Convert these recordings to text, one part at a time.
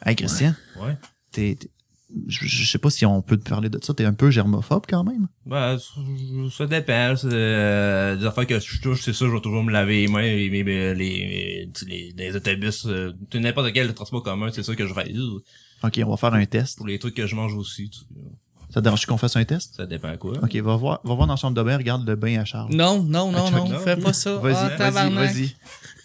Hey, Christian. Ouais. Je sais pas si on peut te parler de ça. T'es un peu germophobe quand même. Ben, ça dépend. Des affaires que je touche, c'est ça, je vais toujours me laver les mains, les autobus, n'importe quel transport commun, c'est ça que je vais. Ok, on va faire un test. Pour les trucs que je mange aussi. Ça te dérange qu'on fasse un test? Ça dépend quoi. Ok, va voir dans la chambre de bain, regarde le bain à Charles. Non, fais pas ça. Vas-y.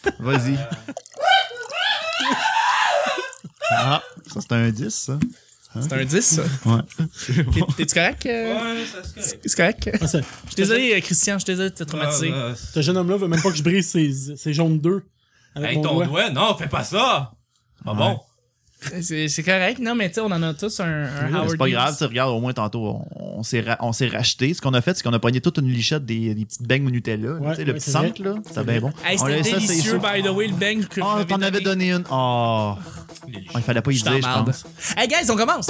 Ah, ça c'est un 10, ça. C'est un 10, ça? Ouais. T'es-tu correct? Ouais, ça c'est correct. C'est correct? Ah, Je suis désolé, Christian, je suis désolé de te traumatiser. Ce jeune homme-là veut même pas que je brise ses jaunes d'œufs. Avec Hey, mon ton doigt. doigt, non, fais pas ça! Ah bon? C'est correct, non, mais tu sais, on en a tous un Howard C'est pas Hughes. grave, tu regardes, au moins tantôt, on s'est racheté. Ce qu'on a fait, c'est qu'on a pogné toute une lichette des petites beignes au Nutella. Ouais, Tu sais, le ouais, petit c'est vrai. centre, là. C'était bien bon. Hey, On c'était laisse ça, c'est délicieux, sûr. by the way, le bang que Oh, t'en avais donné une. Oh. Il fallait pas y dire, je pense. Hey, guys, on commence!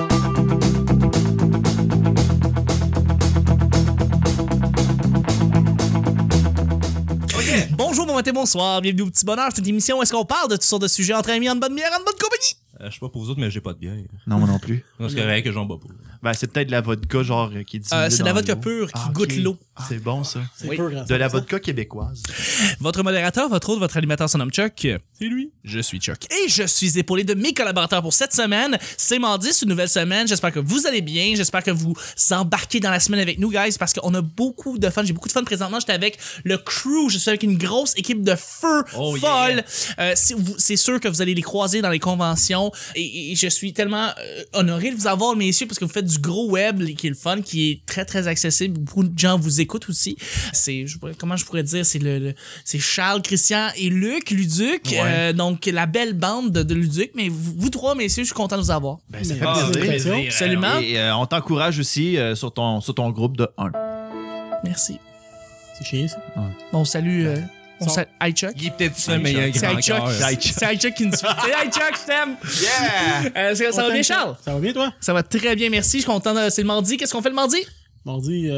Bonjour, bon matin, bonsoir, bienvenue au Petit Bonheur, cette émission où est-ce qu'on parle de toutes sortes de sujets entre amis, en bonne bière, en bonne compagnie. Je sais pas pour vous autres, mais j'ai pas de bière. Non, moi non plus. Non, c'est correct que j'en bois pas. Ben, c'est peut-être la vodka, genre, qui est dissimulée C'est de la dans vodka l'eau. pure qui Ah, goûte ok. l'eau. C'est bon, ça. C'est Oui. peu grand. De la vodka québécoise. Votre modérateur, votre hôte, votre animateur, son nom Chuck. C'est lui. Je suis Chuck. Et je suis épaulé de mes collaborateurs pour cette semaine. C'est mardi, c'est une nouvelle semaine. J'espère que vous allez bien. J'espère que vous embarquez dans la semaine avec nous, guys, parce qu'on a beaucoup de fun. J'ai beaucoup de fun présentement. J'étais avec le crew. Je suis avec une grosse équipe de feu folle. C'est sûr que vous allez les croiser dans les conventions. Et je suis tellement honoré de vous avoir, messieurs, parce que vous faites du gros web qui est le fun, qui est très, très accessible. Beaucoup de gens vous écoutent aussi. Comment je pourrais dire, c'est Charles, Christian et Luduc. Ouais. Donc, la belle bande de Luduc. Mais vous trois, messieurs, je suis content de vous avoir. Ben, ça Mais- fait plaisir. Absolument. Et on t'encourage aussi sur ton groupe de 1. Merci. C'est chiant, ça. Bon, salut. Hi, Chuck. Il est peut-être ça, mais il y a un C'est grand Hi, Chuck. cœur. C'est Hi, Chuck qui nous suit. C'est Hi, Chuck, je t'aime. Yeah! Ça va bien, Charles? Ça va bien, toi? Ça va très bien, merci. Je suis content. C'est le mardi. Qu'est-ce qu'on fait le mardi? Mardi,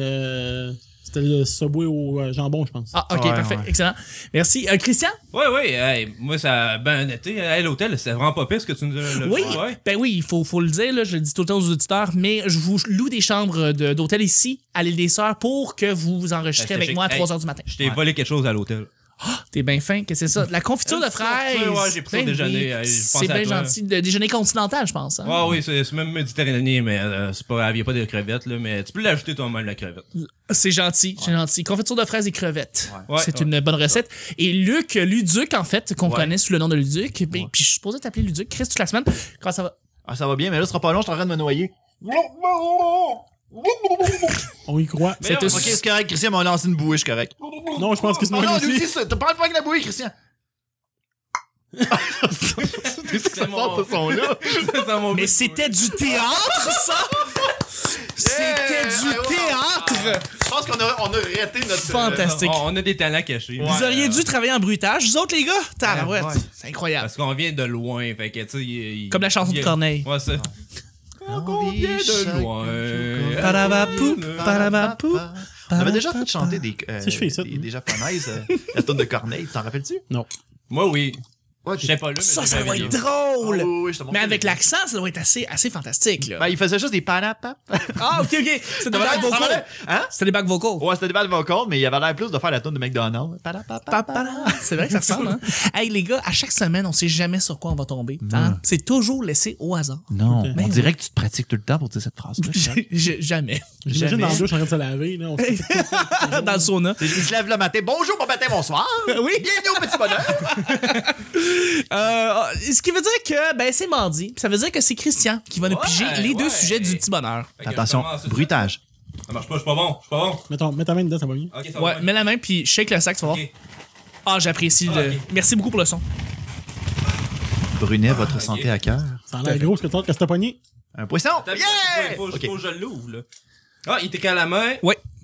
c'était le Subway au jambon, je pense. Ah, ok, Ouais, parfait. ouais. Excellent. Merci. Christian? Ouais, hey, moi, ça a bien été. Hey, l'hôtel, c'était vraiment pas pire ce que tu nous as Oui. ouais. Ben oui, il faut le dire, là, je le dis tout le temps aux auditeurs, mais je vous loue des chambres d'hôtel ici, à l'île des Sœurs, pour que vous vous enregistrez Ben, avec c'est moi à chic. 3h du matin. Je t'ai volé quelque chose à l'hôtel. T'es bien fin, qu'est-ce que c'est ça? De la confiture de fraises! Ouais, j'ai pris ça au Ben déjeuner, oui. je C'est pensais à bien toi. gentil. De déjeuner continental, je pense. Hein? Ah oui, c'est même méditerranéen, mais c'est pas grave, y a pas de crevettes, là, mais tu peux l'ajouter toi-même, la crevette. C'est gentil, c'est gentil. Confiture de fraises et crevettes. Ouais, C'est ouais. une bonne recette. Et Luduc, en fait, qu'on Ouais. connaît sous le nom de Luduc, ben, puis je suis supposé t'appeler Luduc. Chris, toute la semaine. Comment ça va? Ah, ça va bien, mais là, ce sera pas long, je suis en train de me noyer. On y croit. Mais C'est non, Ok, c'est correct, Christian m'a lancé une bouée, je suis correct. Non, je pense que c'est Oh moi non, aussi. lui aussi, t'as pas avec la bouée, Christian. c'est mon... ce son-là. c'est mon Mais c'était du théâtre, ça! C'était du théâtre! Je pense qu'on a raté notre... Fantastique. On a des talents cachés. Vous auriez dû travailler en bruitage, vous autres, les gars? Tabarouette. Ouais. C'est incroyable. Parce qu'on vient de loin, fait que, tu sais... Comme la chanson de Corneille. Ouais, c'est... On vient de loin. Parabapou, parabapou. On avait déjà fait chanter des Si je fais ça. des japonaises, la tonne de Corneille, t'en rappelles-tu? Non. Moi, oui. Ouais, Je sais pas là, mais Ça j'ai doit jamais être vu. drôle! oui, je te montre Mais les avec vidéos. l'accent, ça doit être assez fantastique, là. Ben, il faisait juste des parapap. Ah, ok. C'est des bacs vocaux. Hein? C'était des bacs vocaux. Ouais, c'était des balles vocales, mais il avait l'air plus de faire la tonne de McDonald's. C'est vrai que ça ressemble, hein? Hey, les gars, à chaque semaine, on sait jamais sur quoi on va tomber. Hein? C'est toujours laissé au hasard. Non, Ben on dirait que tu te pratiques tout le temps pour dire cette phrase-là. Jamais. J'imagine dans Jamais. la douche en train de se laver. Là, Dans le sauna. Il se lève le matin. Bonjour, bon matin, bonsoir. Oui. Bienvenue au petit bonheur. Ce qui veut dire que, ben, c'est mardi. Puis ça veut dire que c'est Christian qui va nous piger les deux sujets du petit bonheur. Fait que Attention, je commence ça. bruitage. Ça marche pas, je suis pas bon. Mets ta main dedans, ça va mieux. Ok, ça Ouais, va. mets la main puis shake le sac, tu vas voir. Ok. Ah, j'apprécie. le... ok. Merci beaucoup pour le son. Brunet, votre ok. santé à cœur. Ça a l'air gros ce que tu as que c'est poigné. Un poisson. Faut Yeah! que Ok. je l'ouvre, là. Ah, il était qu'à la main. Ouais.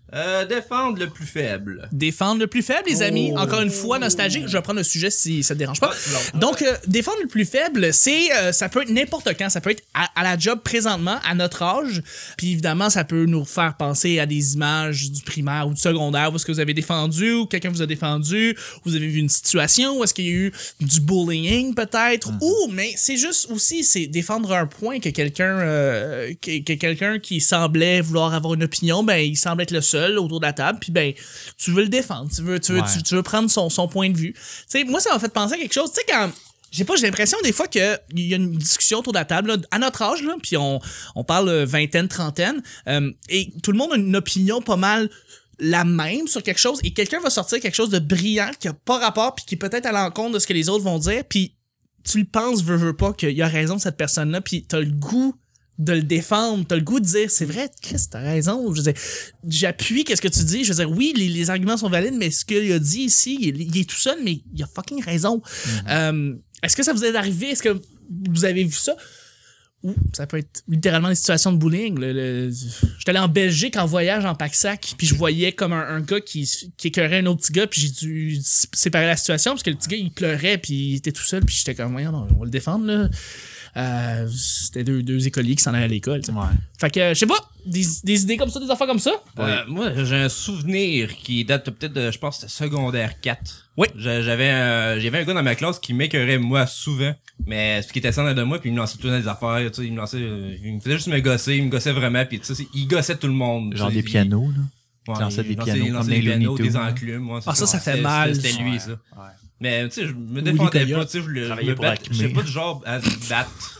Défendre le plus faible. Défendre le plus faible, les amis. Encore une fois, nostalgique. Je vais prendre le sujet si ça te dérange pas. Donc, défendre le plus faible, ça peut être n'importe quand. Ça peut être à la job présentement, à notre âge. Puis évidemment, ça peut nous faire penser à des images du primaire ou du secondaire où est-ce que vous avez défendu ou quelqu'un vous a défendu, vous avez vu une situation où est-ce qu'il y a eu du bullying peut-être. Mais c'est juste aussi, c'est défendre un point que quelqu'un qui semblait vouloir avoir une opinion, ben il semble être le seul autour de la table, puis ben tu veux le défendre, tu veux prendre son point de vue. Tu sais, moi ça m'a fait penser à quelque chose, tu sais, quand j'ai l'impression des fois qu'il y a une discussion autour de la table là, à notre âge là, puis on parle vingtaine, trentaine, et tout le monde a une opinion pas mal la même sur quelque chose, et quelqu'un va sortir quelque chose de brillant qui a pas rapport, puis qui est peut-être à l'encontre de ce que les autres vont dire, puis tu le penses, veux pas, qu'il y a raison cette personne-là, puis t'as le goût de le défendre, t'as le goût de dire c'est vrai, Chris, t'as raison. Je veux dire, j'appuie qu'est-ce que tu dis. Je veux dire, oui, les arguments sont valides, mais ce qu'il a dit ici, il est tout seul, mais il a fucking raison. Est-ce que ça vous est arrivé? Est-ce que vous avez vu ça? Ou ça peut être littéralement des situations de bullying. J'étais allé en Belgique en voyage en pack-sac, puis je voyais comme un gars qui écœurait un autre petit gars, puis j'ai dû séparer la situation parce que le petit gars il pleurait, puis il était tout seul, puis j'étais comme voyons, on va le défendre là. C'était deux écoliers qui s'en allaient à l'école. Ouais. Fait que, je sais pas, des idées comme ça, des affaires comme ça? Moi, j'ai un souvenir qui date peut-être de, je pense, c'était secondaire 4. Oui. J'avais un gars dans ma classe qui m'écœurait, moi, souvent. Mais ce qui était sans de moi, puis il me lançait tout dans des affaires, tu sais, il me faisait juste me gosser, il me gossait vraiment, puis tu sais, il gossait tout le monde. Genre des pianos, là. Ouais, il lançait des pianos, il comme des les Looney pianos, des Tunes. enclumes. Ouais, ça fait mal. C'était lui, ouais. ça. Ouais. Mais tu sais, je me défendais pas, tu sais, je sais pas du genre à se battre.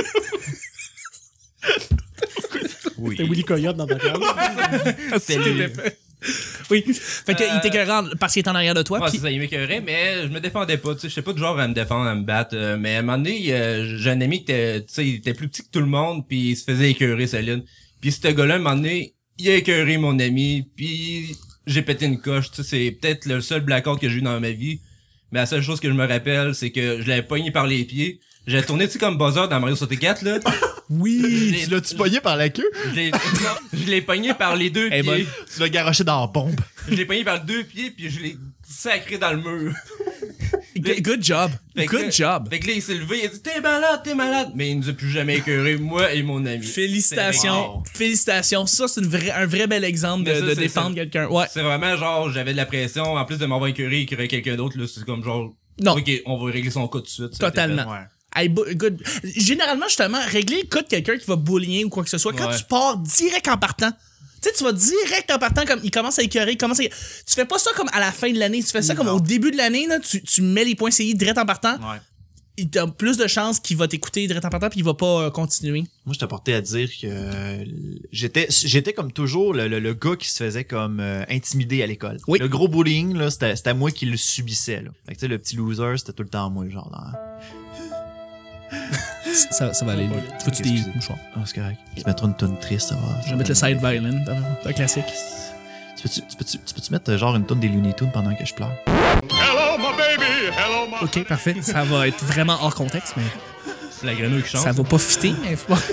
Oui. C'était Willy Coyote dans ta classe. C'était lui. Oui. Fait qu'il t'écœurait parce qu'il est en arrière de toi. Ouais, c'est ça, il m'écœurait, mais je me défendais pas, tu sais, je sais pas du genre à me défendre, à me battre. Mais à un moment donné, j'ai un ami qui était, tu sais, il était plus petit que tout le monde, puis il se faisait écœurer, Céline. Puis ce gars-là, à un moment donné, il a écœuré mon ami, puis j'ai pété une coche, tu sais, c'est peut-être le seul blackout que j'ai eu dans ma vie. Mais la seule chose que je me rappelle, c'est que je l'avais pogné par les pieds. J'ai tourné, tu sais, comme Buzzer dans Mario 64, là. Oui! Tu l'as-tu pogné par la queue? Je l'ai pogné par les deux pieds. Bon, tu l'as garoché dans la bombe. Je l'ai pogné par 2 pieds, puis je l'ai sacré dans le mur. Good job. Good job. Fait que là, il s'est levé, il a dit t'es malade. Mais il nous a plus jamais écœuré, moi et mon ami. Félicitations. Félicitations. Ça, c'est un vrai bel exemple de défendre quelqu'un. Ouais. C'est vraiment genre, j'avais de la pression, en plus de m'avoir écœuré quelqu'un d'autre, là, c'est comme genre, non. Ok, on va régler son cas tout de suite. Totalement. Good. Généralement, justement, régler le cas de quelqu'un qui va bullying ou quoi que ce soit, quand tu pars direct en partant, tu sais, tu vas direct en partant, comme il commence à écœurer, tu fais pas ça comme à la fin de l'année, tu fais ça comme au début de l'année, là, tu mets les points CI direct en partant. Ouais. Il a plus de chances qu'il va t'écouter direct en partant puis il va pas continuer. Moi, je t'apportais à dire que j'étais comme toujours le gars qui se faisait comme intimider à l'école. Oui. Le gros bullying, là, c'était moi qui le subissais, là. Fait que tu sais, le petit loser, c'était tout le temps moi, genre là. Ça va aller. Faut-tu des mouchoirs? Ah, c'est correct. Je vais mettre une tonne triste, ça va. Je vais mettre le side violin, un classique. Tu peux-tu mettre genre une tonne des Looney Tunes pendant que je pleure? Hello, my baby! Hello, my... Ok, parfait. Ça va être vraiment hors contexte, mais... La grenouille qui chante. Ça va pas fitter, mais...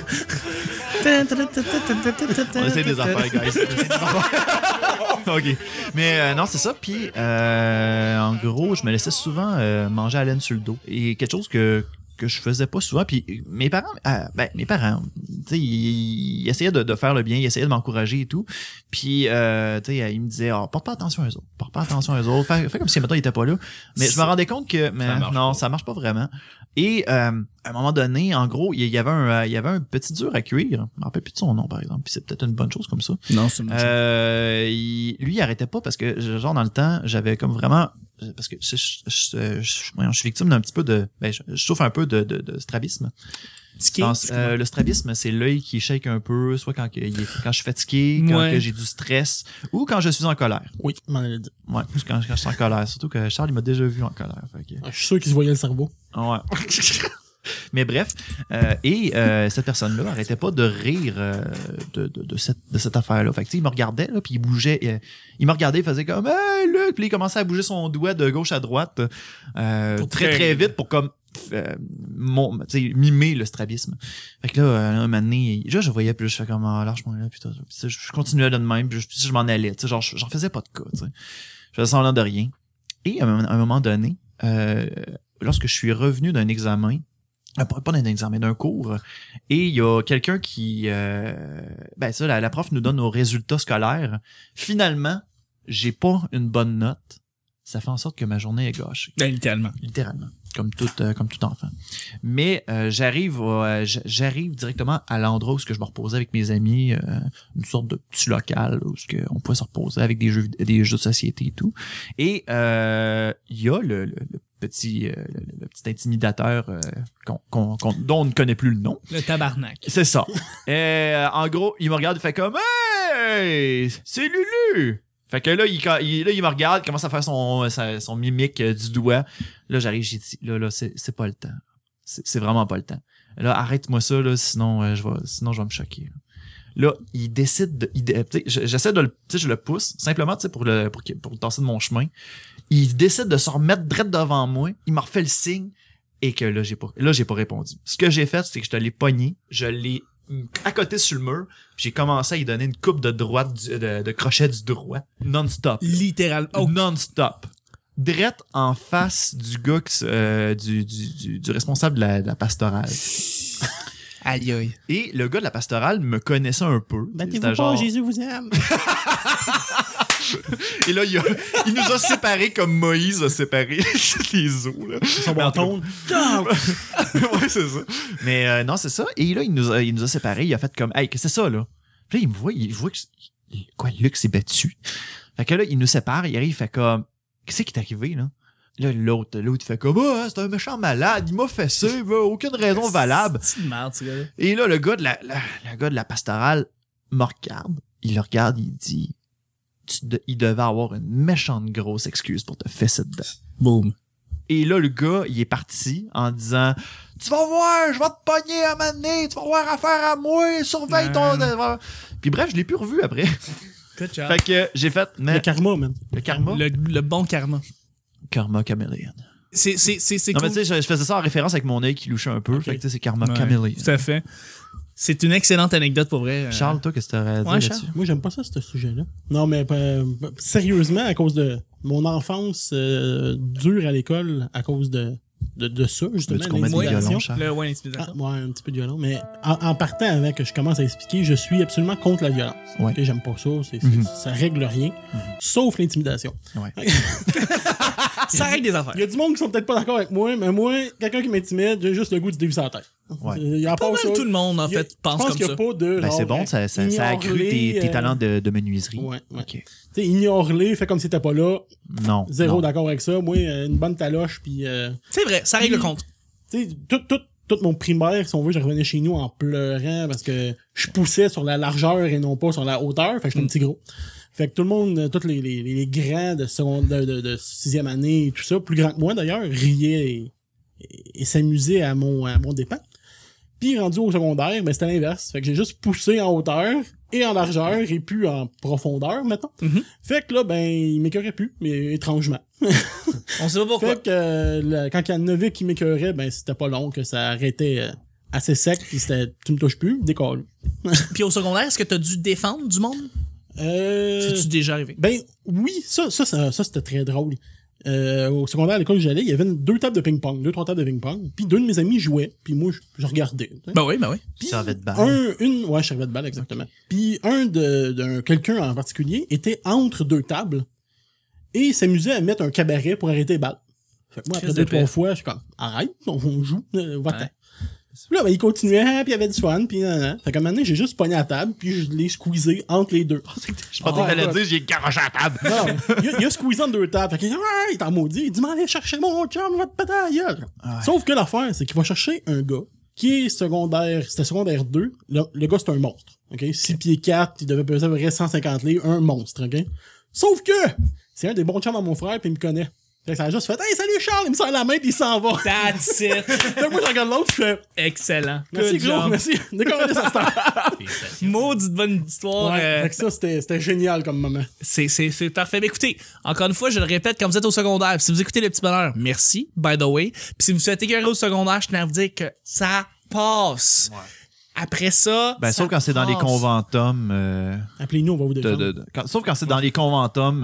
On essaie des affaires, guys. OK. Mais non, c'est ça. Puis, en gros, je me laissais souvent manger à laine sur le dos. Et quelque chose que je faisais pas souvent. Puis mes parents, tu sais, ils essayaient de faire le bien, ils essayaient de m'encourager et tout. Puis, tu sais, ils me disaient, porte pas attention à eux autres. Porte pas attention à eux autres. Fais comme si, mettons, ils étaient pas là. Mais je me rendais compte que, ça marche pas vraiment. Et, à un moment donné, en gros, il y avait un petit dur à cuire. Je me rappelle plus de son nom, par exemple. Puis c'est peut-être une bonne chose comme ça. Non, c'est une bonne chose. Lui, il arrêtait pas parce que, genre, dans le temps, j'avais comme vraiment, parce que je suis victime d'un petit peu de, je souffre un peu de strabisme. Le strabisme, c'est l'œil qui shake un peu, soit quand je suis fatigué, quand que j'ai du stress, ou quand je suis en colère. Oui, m'en allais dire. Ouais, quand je suis en colère. Surtout que Charles, il m'a déjà vu en colère. Fait que... Je suis sûr qu'il se voyait le cerveau. Ouais. Mais bref, cette personne-là arrêtait pas de rire de cette affaire-là. Fait que il me regardait, là, puis il bougeait. Il me regardait, il faisait comme « Hey, Luc! » Puis il commençait à bouger son doigt de gauche à droite très, très vite pour comme mimer le strabisme. Fait que là, un moment donné, là, je voyais, puis là, je fais comme, lâche-moi là, putain. Puis je continuais là de même, puis je m'en allais, tu sais, genre, j'en faisais pas de cas, tu sais. Je faisais semblant de rien. Et à un moment donné, lorsque je suis revenu d'un examen, pas d'un examen, d'un cours, et il y a quelqu'un qui, la prof nous donne nos résultats scolaires. Finalement, j'ai pas une bonne note. Ça fait en sorte que ma journée est gâchée. Littéralement. Littéralement. Comme tout enfant. Mais j'arrive directement à l'endroit où je me reposais avec mes amis, une sorte de petit local où on pouvait se reposer avec des jeux de société et tout. Et il y a le petit intimidateur dont on ne connaît plus le nom. Le tabarnak. C'est ça. En gros, il me regarde et fait comme « Hey! C'est Lulu! » Fait que là, il me regarde, il commence à faire son mimique du doigt. Là, j'arrive, j'ai dit, là, c'est pas le temps. C'est vraiment pas le temps. Là, arrête-moi ça, là, sinon je vais me choquer. Là, il décide j'essaie de je le pousse, simplement, tu sais, pour le tasser de mon chemin. Il décide de se remettre direct devant moi. Il m'a refait le signe. Et que là, j'ai pas répondu. Ce que j'ai fait, c'est que je te l'ai pogné. Je l'ai accoté sur le mur, puis j'ai commencé à lui donner une coupe de droite de crochet du droit non-stop. Littéralement. Oh. Non-stop. Direct en face du gars du responsable de la pastorale. Aïe aïe. Et le gars de la pastorale me connaissait un peu. Battez-vous pas, genre... Jésus vous aime. Et là, il nous a séparés comme Moïse a séparé les eaux. Là. Son bâton. Ouais, c'est ça. Mais non, c'est ça. Et là, il nous a séparés. Il a fait comme, hey, qu'est-ce que c'est ça, là? Puis là, il voit que quoi, Luc s'est battu. Fait que là, il nous sépare. Il arrive, il fait comme, qu'est-ce qui est arrivé, là? Là, l'autre fait comme, c'est un méchant malade. Il m'a fait ça. Il n'a aucune raison valable. C'est une merde, ce gars-là. Et là, le gars de la pastorale me regarde. Il le regarde, il dit, il devait avoir une méchante grosse excuse pour te fesser dedans. Boom. Et là, le gars, il est parti en disant, tu vas voir, je vais te pogner à un moment donné, tu vas avoir affaire à moi, surveille ton... Puis bref, je l'ai plus revu après. Good job. Fait que j'ai fait... Le karma, man. Le karma? Le bon karma. Karma Chameleon. C'est non, cool. mais tu sais, je faisais ça en référence avec mon œil qui louchait un peu. Okay. Fait que tu sais, c'est Karma Ouais, Chameleon. tout à fait. C'est une excellente anecdote pour vrai. Charles, toi, qu'est-ce que t'aurais à dire là-dessus? Moi, j'aime pas ça, ce sujet-là. Non, mais sérieusement, à cause de mon enfance dure à l'école, à cause de ça, justement, Veux-tu qu'on mette du violon, Charles? L'intimidation. Ouais, un petit peu de violon. Mais en partant, avant que je commence à expliquer, je suis absolument contre la violence. Ouais. Okay, j'aime pas ça. Ça règle rien. Sauf l'intimidation. Ouais. Ça règle des affaires. Il y a du monde qui sont peut-être pas d'accord avec moi, mais moi, quelqu'un qui m'intimide, j'ai juste le goût de dévisser la tête. Ouais. Il y a pas ça. Tout le monde, en fait, pense comme ça. Je pense qu'il y a pas de... Ben, genre, c'est bon, ça accrue tes talents de menuiserie. Ouais. OK. Tu sais, ignore-les, fais comme si t'étais pas là. Non. Zéro non. d'accord avec ça. Moi, une bonne taloche, puis... C'est vrai, ça règle le compte. Tu sais, tout mon primaire, si on veut, je revenais chez nous en pleurant parce que je poussais sur la largeur et non pas sur la hauteur. Fait que j'étais un petit gros. Fait que tout le monde, tous les grands de de 6e année et tout ça, plus grands que moi d'ailleurs, riaient et s'amusaient à mon dépens. Puis rendu au secondaire, ben c'était l'inverse. Fait que j'ai juste poussé en hauteur et en largeur et plus en profondeur, mettons. Mm-hmm. Fait que là, ben, il m'écœurait plus, mais étrangement. On sait pas pourquoi. Fait que quand il y en avait qui m'écœurait, ben c'était pas long que ça arrêtait assez sec, pis c'était tu me touches plus, décolle. Puis au secondaire, est-ce que t'as dû défendre du monde? C'est-tu déjà arrivé? Ben oui, ça c'était très drôle. Au secondaire, à l'école où j'allais, il y avait 2 tables de ping-pong, 2-3 tables de ping-pong, puis 2 de mes amis jouaient, puis moi je regardais. T'sais. Ben oui. Puis servait de balle. Ouais, je servais de balle, exactement. Puis quelqu'un en particulier était entre 2 tables et s'amusait à mettre un cabaret pour arrêter les balles. Fait que moi, après 2-3 fois, je suis comme, arrête, on joue, va-t'en. Ouais. Puis là, ben, il continuait, puis il y avait du fun, puis Fait qu'à un moment donné, j'ai juste pogné à la table, puis je l'ai squeezé entre les deux. Je pensais que t'allais dire, j'ai garoché à la table. Non, il a squeezé entre 2 tables. Fait qu'il dit, il est en maudit. Il dit, m'en allez chercher mon chum, je vais te péter la gueule. Ouais. Sauf que l'affaire, c'est qu'il va chercher un gars qui est c'était secondaire 2. Le gars, c'est un monstre. OK? 6 pieds 4, il devait peser à peu près 150 livres, un monstre. OK? Sauf que, c'est un des bons chums à mon frère, puis il me connaît. Fait que ça a juste fait, hey, salut Charles, il me sort la main pis il s'en va. That's it. Fait que moi, je regarde l'autre, je fais, Excellent. merci, Good gros, job. merci. Décorer ça, Maudite bonne histoire. Fait que ça, c'était génial comme moment. C'est parfait. Mais écoutez, encore une fois, je le répète, quand vous êtes au secondaire, si vous écoutez Le Petit Bonheur, merci, by the way. Puis si vous êtes écœuré au secondaire, je tenais à vous dire que ça passe. Ouais. Après ça. Ben, sauf quand c'est dans les conventums. Appelez-nous, on va vous défendre. Sauf quand c'est dans les conventums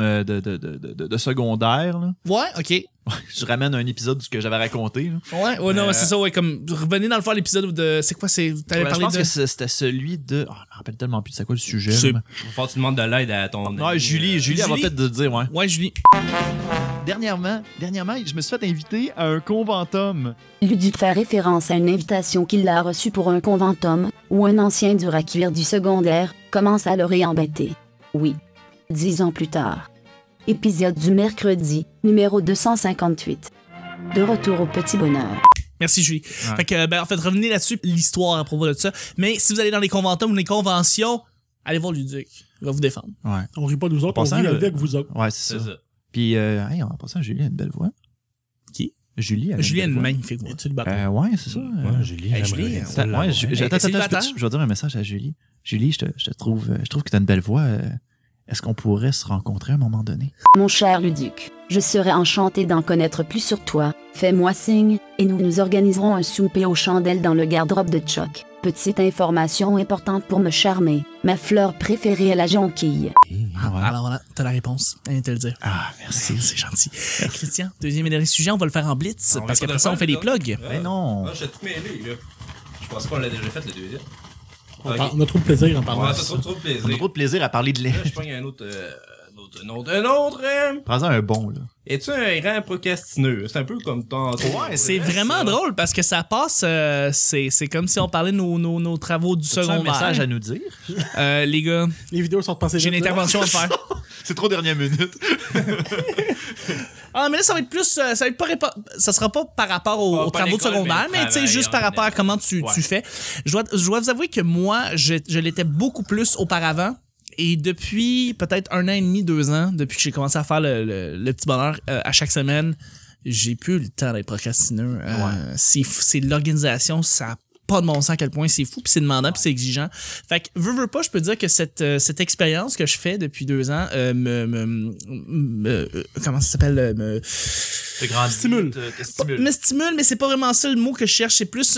de secondaire. Là. Ouais, ok. Je ramène un épisode de ce que j'avais raconté. Là. Ouais, non, c'est ça, ouais, comme, revenez dans le fond l'épisode de, c'est quoi, t'avais parlé je pense de... que c'était celui de, je me rappelle tellement plus de c'est quoi le sujet. C'est- là. Faut que tu demandes de l'aide à ton... Ouais, Julie, elle va peut-être te le dire, ouais. Ouais, Julie. Dernièrement, je me suis fait inviter à un conventum. Luduc fait référence à une invitation qu'il a reçue pour un conventum, où un ancien du Racuir du secondaire commence à le réembêter. Oui. 10 ans plus tard. Épisode du mercredi, numéro 258. De retour au Petit Bonheur. Merci, Julie. Fait que, ben, en fait, revenez là-dessus, l'histoire à propos de ça. Mais si vous allez dans les conventums ou les conventions, allez voir Luduc. Il va vous défendre. Ouais. On rit pas nous autres, on Passant, rit le- avec vous autres. Ouais, c'est ça. Puis, hey, en passant, Julie a une belle voix. Qui? Julie a Julie a une une belle magnifique voix. Tu le bats. voix. Ouais, c'est ça. Julie, Hey, j'aimerais Julie, bien on- ça l'avoir. Ouais, attends, célibataire? je vais dire un message à Julie. Julie, je te trouve que t'as une belle voix. Est-ce qu'on pourrait se rencontrer à un moment donné? Mon cher Luduc, je serais enchanté d'en connaître plus sur toi. Fais-moi signe, et nous organiserons un souper aux chandelles dans le garde-robe de Chuck. Petite information importante pour me charmer. Ma fleur préférée est la jonquille. Ouais. Alors voilà, t'as la réponse. Elle vient de te le dire. Ah, merci. C'est gentil. Christian, deuxième et dernier sujet, on va le faire en blitz, On parce va qu'après pas ça, le on fait faire, des plugs. Mais non. Ah, j'ai tout mêlé, là. Je pense qu'on l'a déjà fait, le deuxième. On a trop de plaisir en parlant Ouais, de ça ça. trop de plaisir. On a trop de plaisir à parler de lait. Là, je prends un autre... Un autre... Prends-en un bon, là. Es-tu un grand procrastineux? C'est un peu comme ton... C'est vraiment drôle parce que ça passe, c'est comme si on parlait de nos travaux du As-tu un secondaire. message à nous dire? Les gars, Les vidéos sont passées j'ai une vite, là. intervention à faire. C'est trop dernière minute. Ah, mais là, ça va être plus, ça va être pas, ça sera pas par rapport aux Pas travaux de l'école, secondaire, mais mais le tu sais, travail juste en par rapport à général. comment tu fais. Je dois vous avouer que moi, je l'étais beaucoup plus auparavant. Et depuis peut-être 1 an et demi, 2 ans, depuis que j'ai commencé à faire le petit bonheur à chaque semaine, j'ai plus le temps d'être procrastineux. C'est de l'organisation, ça a pas de bon sens à quel point c'est fou, puis c'est demandant, puis c'est exigeant. Fait que, veux pas, je peux dire que cette expérience que je fais depuis 2 ans comment ça s'appelle? Te grandit, Stimule. te stimule. Me stimule, mais c'est pas vraiment ça le mot que je cherche, c'est plus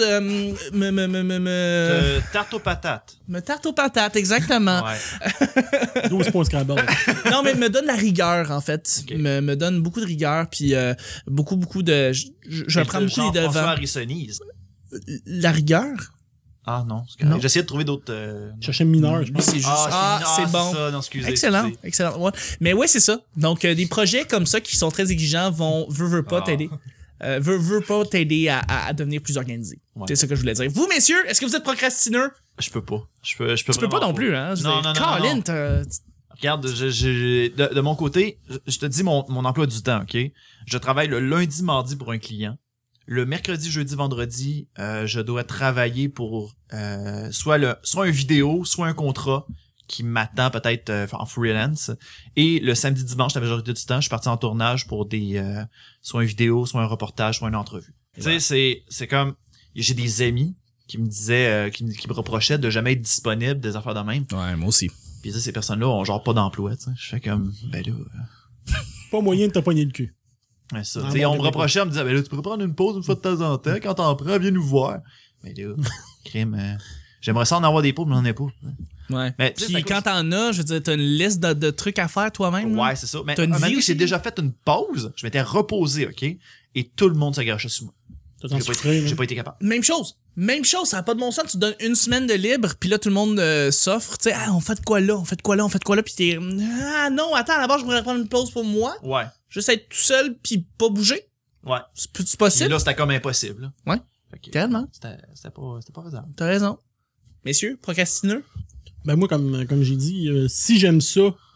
Tarte aux patates. me tarte aux patates, exactement. Ouais. 12 points Scrabble. Non, mais me donne la rigueur, en fait. Ok. Me donne beaucoup de rigueur, puis beaucoup de... Je vais prendre beaucoup les Jean-François devants. Harrisonise. La rigueur? Ah non, c'est Non. correct. J'essayais de trouver d'autres... Je cherchais mineur, je pense. C'est juste... c'est bon. Ça, non, excusez. Excellent, excusez. excellent. Ouais. Mais ouais, c'est ça. Donc, des projets comme ça qui sont très exigeants vont, veut pas t'aider. Veut pas t'aider à devenir plus organisé. Ouais. C'est ça que je voulais dire. Vous, messieurs, est-ce que vous êtes procrastineux? Je peux pas. Je peux Tu peux pas non plus, hein? Je veux Non, dire, non, non, Colin, non. Regarde, de mon côté, je te dis mon emploi du temps, OK? Je travaille le lundi, mardi pour un client. Le mercredi, jeudi, vendredi, je dois travailler pour soit un vidéo, soit un contrat qui m'attend peut-être en freelance. Et le samedi, dimanche, la majorité du temps, je suis parti en tournage pour soit une vidéo, soit un reportage, soit une entrevue. Tu sais, c'est comme... J'ai des amis qui me disaient, qui me reprochaient de jamais être disponible, des affaires de même. Ouais, moi aussi. Puis tu sais, ces personnes-là ont genre pas d'emploi, tu sais. Je fais comme, ben là... Pas moyen de te pogner le cul. Ouais, ça. Ah, Tu sais, bon, on me reprochait, on me disait, ben là, tu pourrais prendre une pause une fois de temps en temps. Quand t'en prends, viens nous voir. Mais là, crime, j'aimerais ça en avoir des pauses, mais j'en ai pas. Ouais. Mais, tu sais, Puis c'est à quand cause- t'en as, je veux dire, t'as une liste de trucs à faire toi-même. là. Ouais, c'est ça. Mais T'as une un moment vie donné, aussi? j'ai déjà fait une pause. Je m'étais reposé, OK? Et tout le monde se gâchait sur moi. T'as t'en souffrir, J'ai pas été capable. Même chose, ça n'a pas de bon sens. Tu donnes une semaine de libre, puis là, tout le monde s'offre. Tu sais, on fait de quoi là, puis t'es... Ah non, attends, d'abord, je voudrais prendre une pause pour moi. Ouais. Juste être tout seul, puis pas bouger. Ouais. C'est Puis possible? là, c'était comme impossible. là. Ouais. Fait que, Tellement. C'était pas faisable. T'as raison. Messieurs, procrastineux? Ben moi, comme j'ai dit, si j'aime ça,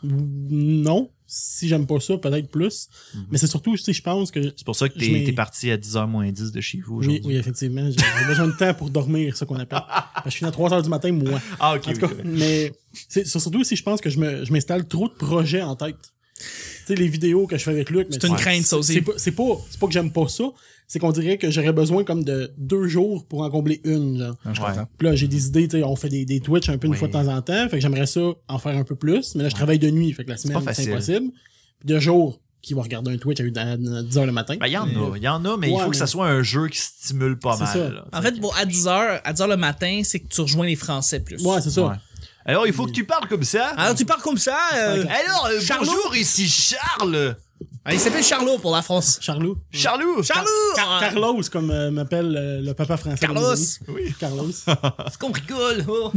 non. Si j'aime pas ça, peut-être plus. Mais c'est surtout, tu sais, je pense que... C'est pour ça que Je m'ai- t'es parti à 10h moins 10 de chez vous Oui, aujourd'hui. oui, effectivement. J'ai besoin de temps pour dormir, c'est ça qu'on appelle. Parce que je finis à 3h du matin, moi. Ah, ok. En tout cas, mais c'est surtout si je pense que je m'installe trop de projets en tête. sais, les vidéos que je fais avec Luc... C'est une crainte, ça aussi. C'est pas que j'aime pas ça, c'est qu'on dirait que j'aurais besoin comme de 2 jours pour en combler une, genre. Je comprends. Puis là, j'ai des idées, tu sais, on fait des Twitch un peu une fois de temps en temps, fait que j'aimerais ça en faire un peu plus, mais là, je travaille de nuit, fait que la semaine, c'est impossible. Puis de jour, qui va regarder un Twitch à 10h le matin. Ben, il y en a, mais il faut que ça soit un jeu qui stimule pas mal. Ça. Là, en fait, bon, à 10h le matin, c'est que tu rejoins les Français plus. Ouais, c'est ça. Ouais. Alors, il faut que tu parles comme ça. Alors, tu parles comme ça. Alors, Charlot? bonjour, ici Charles. Il s'appelle Charlot pour la France. Charlot. Charlot. Carlos, comme m'appelle le papa français. Carlos. Oui. Carlos. C'est qu'on rigole. Oh.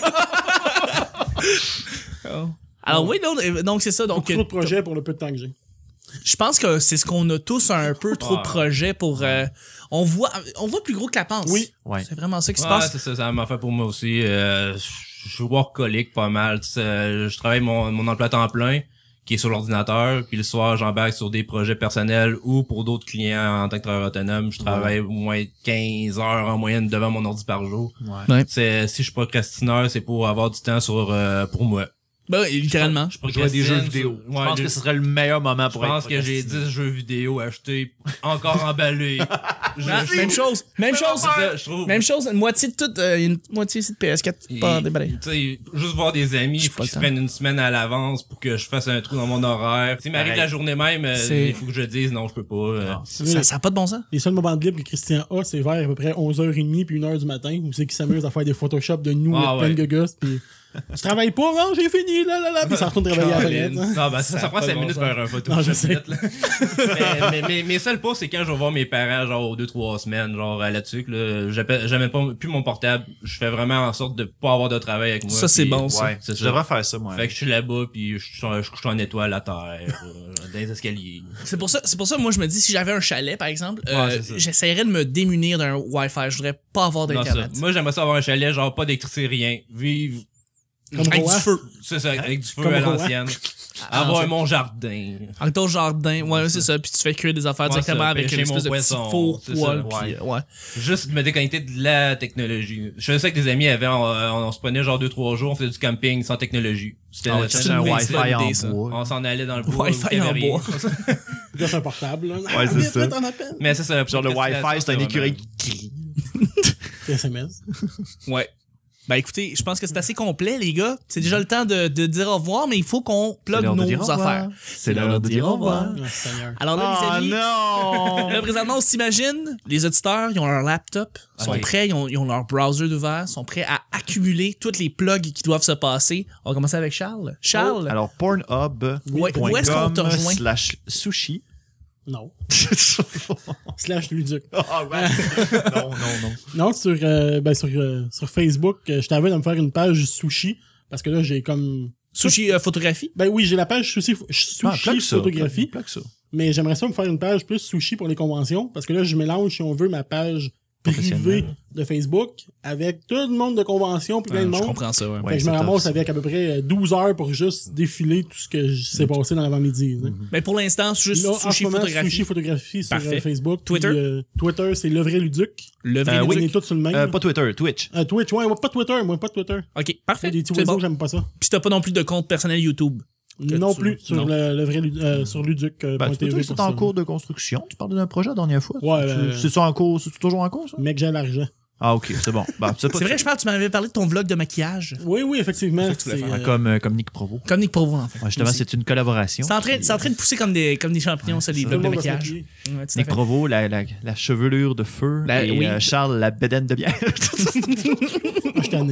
Alors oui, non, donc c'est ça. Donc, Trop de projets pour le peu de temps que j'ai. je pense que c'est ce qu'on a tous un peu trop de projets pour... on voit plus gros que la panse. Oui. Ouais. C'est vraiment ça qui se Ouais, passe. c'est ça m'a fait pour moi aussi. Je suis workaholic pas mal. Tu sais, je travaille mon emploi à temps plein, qui est sur l'ordinateur, puis le soir, j'embarque sur des projets personnels ou pour d'autres clients en tant que travailleur autonome. Je travaille au moins 15 heures en moyenne devant mon ordi par jour. Ouais. Si je suis procrastineur, c'est pour avoir du temps pour moi. Ben, littéralement. Je Jouer à des jeux procrastine vidéo. sur- Je ouais, pense que ce serait le meilleur moment Je pour être pense que j'ai 10 jeux vidéo achetés, encore emballés. Même chose. C'est ça, je trouve. Même chose, une moitié de tout, une moitié aussi de PS4 pas déballé. Tu sais, juste voir des amis, il faut qu'ils se prennent une semaine à l'avance pour que je fasse un trou dans mon horaire. Tu sais, m'arrive Pareil. la journée même, C'est- il faut que je dise non, je peux pas. Ça a pas de bon sens. Les seuls moments de libre que Christian a, c'est vers à peu près 11h30 puis 1h du matin, où c'est qu'il s'amuse à faire des Photoshop de nous, Ah, avec plein ouais. de gosses, puis tu travailles pas, non, j'ai fini, là, puis ça retourne travailler après. Colin. Non, ben, ça prend 5 minutes de faire un photo. Non, je sais. mais mes seuls pas, c'est quand je vais voir mes parents, genre, 2-3 semaines, genre, là-dessus, là, j'appelle pas plus mon portable. Je fais vraiment en sorte de pas avoir de travail avec moi. Ça, c'est puis- bon, ça. Ouais, C'est je ça. devrais faire ça, moi. Fait que je suis là-bas, puis je couche en étoile à terre, dans les escaliers. C'est pour ça, moi, je me dis, si j'avais un chalet, par exemple, Ouais, c'est ça. j'essaierais de me démunir d'un Wi-Fi. Je voudrais pas avoir Non, ça. d'internet. Moi, j'aimerais ça avoir un chalet, genre, pas d'électricité, rien. Vivre, Comme Avec Roa. du feu. c'est ça, avec du feu Comme à Roa. l'ancienne. Ah, Avoir c'est- mon jardin. Avec ton jardin, ouais, c'est ça. Puis tu fais cuire des affaires Ouais, directement ça, avec pêcher une espèce mon de petit poisson, four c'est poêle. ça, Puis, ouais. Juste me déconnecter de la technologie. Je sais que des amis avaient, on se prenait genre 2-3 jours, on faisait du camping sans technologie. C'était Ah, c'est un une Wi-Fi bonne en idée, ça. bois. on s'en allait dans le bois. Wi-Fi vous en savez bois. rien. Là, c'est un portable, là. Ouais, c'est ça. T'en appelles. Mais c'est ça. Genre le Wi-Fi, c'est un écureuil qui crie. C'est SMS. Ouais. Ben écoutez, je pense que c'est assez complet, les gars. C'est déjà le temps de dire au revoir, mais il faut qu'on plug l'heure de dire nos au revoir. affaires. C'est l'heure de dire au revoir. Oh, Seigneur. Alors là, les amis, non! là, présentement, on s'imagine, les auditeurs, ils ont leur laptop, sont Ok. prêts, ils ont leur browser ouvert, sont prêts à accumuler tous les plugs qui doivent se passer. On va commencer avec Charles. Charles, Alors, Ouais, où est-ce qu'on te rejoint? /sushi. Non. Slash Luduc. Ah ouais. Non. Non, sur Facebook, je t'avais de me faire une page sushi, parce que là, j'ai comme... sushi photographie. Ben oui, j'ai la page sushi Plug ça. photographie, Plug ça. mais j'aimerais ça me faire une page plus sushi pour les conventions, parce que là, je mélange, si on veut, ma page privée Professionnelle. de Facebook avec tout le monde de convention, puis plein de Je monde. comprends ça, ouais. Fait Ouais, que je me c'est ramasse tough, ça. avec à peu près 12 heures pour juste défiler tout ce que s'est passé dans l'avant-midi. Mais pour l'instant, c'est juste Là, en sushi ce moment, photographie. sushi photographie sur Parfait. Facebook. Twitter? Puis, Twitter, c'est le vrai Luduc. Le vrai Oui. On Luduc. est tous sur le même. Pas Twitter, Twitch. Twitch, ouais, pas Twitter, moi, pas Twitter. Ok, parfait. Des petits C'est oiseaux, bon. j'aime pas ça. Puis t'as pas non plus de compte personnel YouTube. Non tu- plus, sur non. le vrai sur luduc.tv. Ben, tu peux dire que c'est en cours de construction. Tu parlais d'un projet la dernière fois. Ouais, C'est ça en cours? C'est toujours en cours, ça? Mec, j'ai l'argent. Ah, ok, c'est bon. Ben, c'est C'est vrai, je parle, tu m'avais parlé de ton vlog de maquillage. Oui, effectivement. voulais c'est, faire. Comme Nick Provo. Comme Nick Provo, en fait. Ouais, justement, c'est une collaboration. C'est en train de pousser comme des champignons, ça, les tout le vlogs de monde va se maquillage. maquiller. Ouais, tout à Nick fait. Provo, la chevelure de feu. Et oui. Charles, la bédaine de bière. Moi, je suis tanné.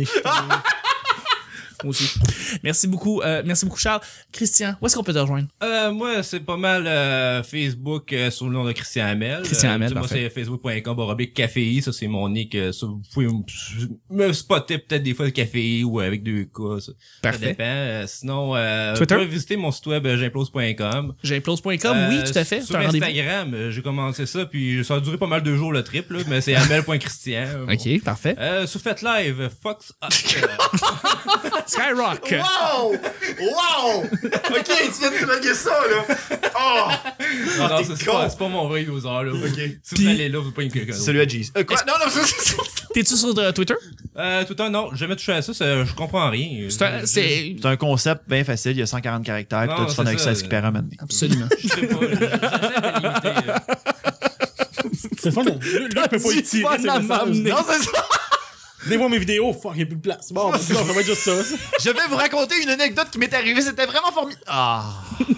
Moi aussi. Merci beaucoup, Charles. Christian, où est-ce qu'on peut te rejoindre? Moi, c'est pas mal Facebook sous le nom de Christian Hamel. Christian Hamel, moi, parfait. c'est facebook.com/caféi. Ça, c'est mon nick. Ça, vous pouvez me spotter peut-être des fois le caféi ou avec 2K. Ça Parfait. dépend. Sinon, Twitter? vous pouvez visiter mon site web j'implose.com. J'implose.com, oui, tout à fait. Sur C'est un rendez-vous. Instagram, j'ai commencé ça, puis ça a duré pas mal 2 jours le trip, là, mais c'est hamel.christian. Ok, parfait. Sur FetLive, Fox Up. Skyrock. Wow! Wow! Ok, tu viens de plugger ça, là. Oh! Non, t'es c'est con. pas mon vrai user, là. Ok. Si Puis- vous allez là, vous pouvez une quelqu'un d'autre. Salut à Jeez. Quoi? Non, T'es-tu sur Twitter? Tout le temps, non, j'ai jamais touché à ça, je comprends rien. C'est C'est un concept bien facile, il y a 140 caractères, puis Non, toi, tu fais c'est avec ça. ça à Skipera maintenant. absolument. Je sais pas, j'essaie de limiter. C'est fun, Luc peut pas y tirer fun ses à messages. m'amener. Non, c'est ça! Des fois mes vidéos, fuck, y'a plus de place. Bon, ben, non, ça va être juste ça. Je vais vous raconter une anecdote qui m'est arrivée, c'était vraiment formidable. Ah!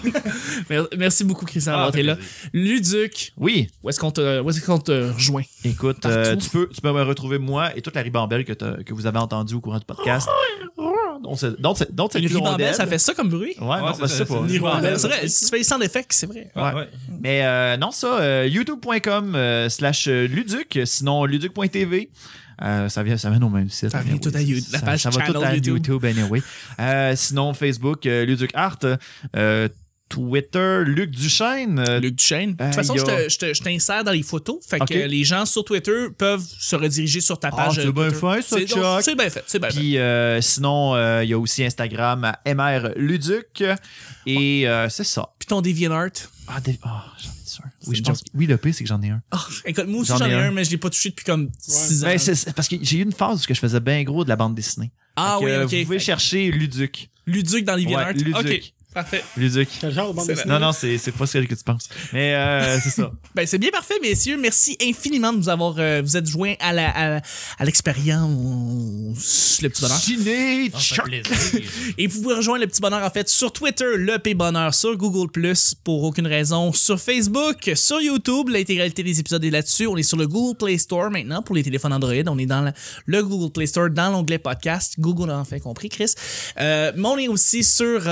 Merci beaucoup, Christian, d'avoir Ah, été là. ça fait Luduc, Oui, où est-ce qu'on te rejoint? écoute, Partout. tu peux me retrouver moi et toute la ribambelle que vous avez entendue au courant du podcast. Donc, c'est Une ribambelle, ça fait ça comme bruit? Ouais, non, c'est bah, ça, c'est pas. c'est une ribambelle. C'est vrai, si tu fais les sound effects, c'est vrai. Ouais. Ouais. Mais non, ça, youtube.com/luduc, sinon luduc.tv. Ça vient au même site. Ça vient tout à YouTube, la page ça va tout channel à YouTube. YouTube anyway. Sinon, Facebook, Luduc Art. Twitter, Luc Duchesne. Luc Duchesne. De toute façon, je t'insère dans les photos. Fait Ok. que les gens sur Twitter peuvent se rediriger sur ta page. c'est bien Twitter. fait, ça, Chuck. C'est bien fait. C'est bien fait. Puis sinon, il y a aussi Instagram à MRLuduc. Et c'est ça. Puis ton DeviantArt. J'en ai sûr. Oui, une je pense. Oui, le pire, c'est que j'en ai un. Oh, écoute, moi aussi, J'en j'en ai ai un, un. mais je l'ai pas touché depuis comme 6 ans. Ben, c'est parce que j'ai eu une phase où je faisais bien gros de la bande dessinée. Ah Fait oui, que ok. Vous pouvez chercher Luduc. Luduc dans DeviantArt. Ouais, Luduc. Ok, parfait. Luduc. Quel genre de bande C'est dessinée? Non, c'est pas ce que tu penses. Mais c'est ça. Ben, c'est bien parfait, messieurs. Merci infiniment de nous avoir. Vous êtes joints à l'expérience. Le petit bonheur. Ciné, Ça fait Chuck. plaisir. Et vous pouvez rejoindre le petit bonheur en fait sur Twitter, le P Bonheur, sur Google+, pour aucune raison, sur Facebook, sur YouTube, l'intégralité des épisodes est là-dessus. On est sur le Google Play Store maintenant pour les téléphones Android. On est dans le Google Play Store, dans l'onglet podcast. Google en fait compris, Chris. Mais on est aussi sur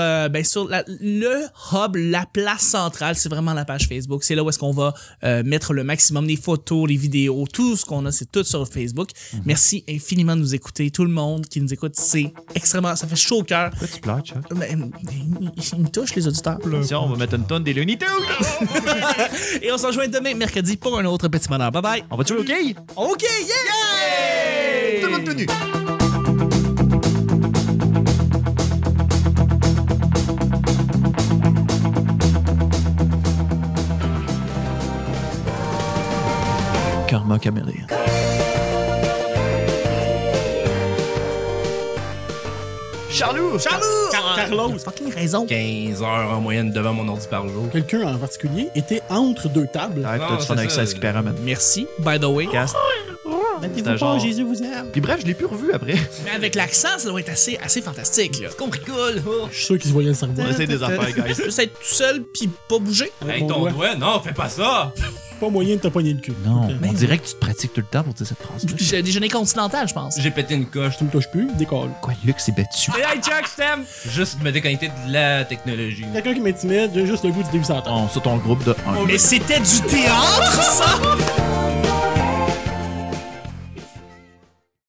le hub, la place centrale. C'est vraiment la page Facebook. C'est là où est-ce qu'on va mettre le maximum des photos, les vidéos, tout ce qu'on a, c'est tout sur Facebook. Merci infiniment de nous écouter. Tout le monde qui nous écoute, c'est extrêmement... Ça fait chaud au cœur. Pourquoi tu pleures, Chuck? Ils me touchent, les auditeurs. Attention, on va mettre une tonne des Looney Tunes. Et on se rejoint demain, mercredi, pour un autre petit bonheur. Bye bye. On va tuer OK? OK, yeah! Tout le monde tenu. Karma Caméléon. Charlot! Carlos. Fucking raison. 15 heures en moyenne devant mon ordi par jour. Quelqu'un en particulier était entre deux tables. Arrête, Non, toi, tu fais c'est avec ça. ça à Skipera maintenant. Merci, by the way. Cast. Mettez-vous C'était pas, genre- Jésus vous aime. Puis bref, je l'ai plus revu après. Mais avec l'accent, ça doit être assez fantastique, là. Compris cool. Je suis sûr qu'ils se voyaient le cerveau. On essaie des affaires, guys. Juste être tout seul pis pas bouger. Avec Hey, mon ton doigt. doigt, non, fais pas ça. Pas moyen de te pogner le cul. Non, Ok. on dirait que tu te pratiques tout le temps pour dire cette phrase-là. J'ai déjeuné continental, je pense. J'ai pété une coche. Tu me touches plus, décolle. Quoi, Luc s'est battu? Hey, Chuck, je t'aime! Juste me déconnecter de la technologie. Quelqu'un qui m'intimide, j'ai juste le goût de dévisser la tête. Sur ton groupe de 1. Mais c'était du théâtre, ça!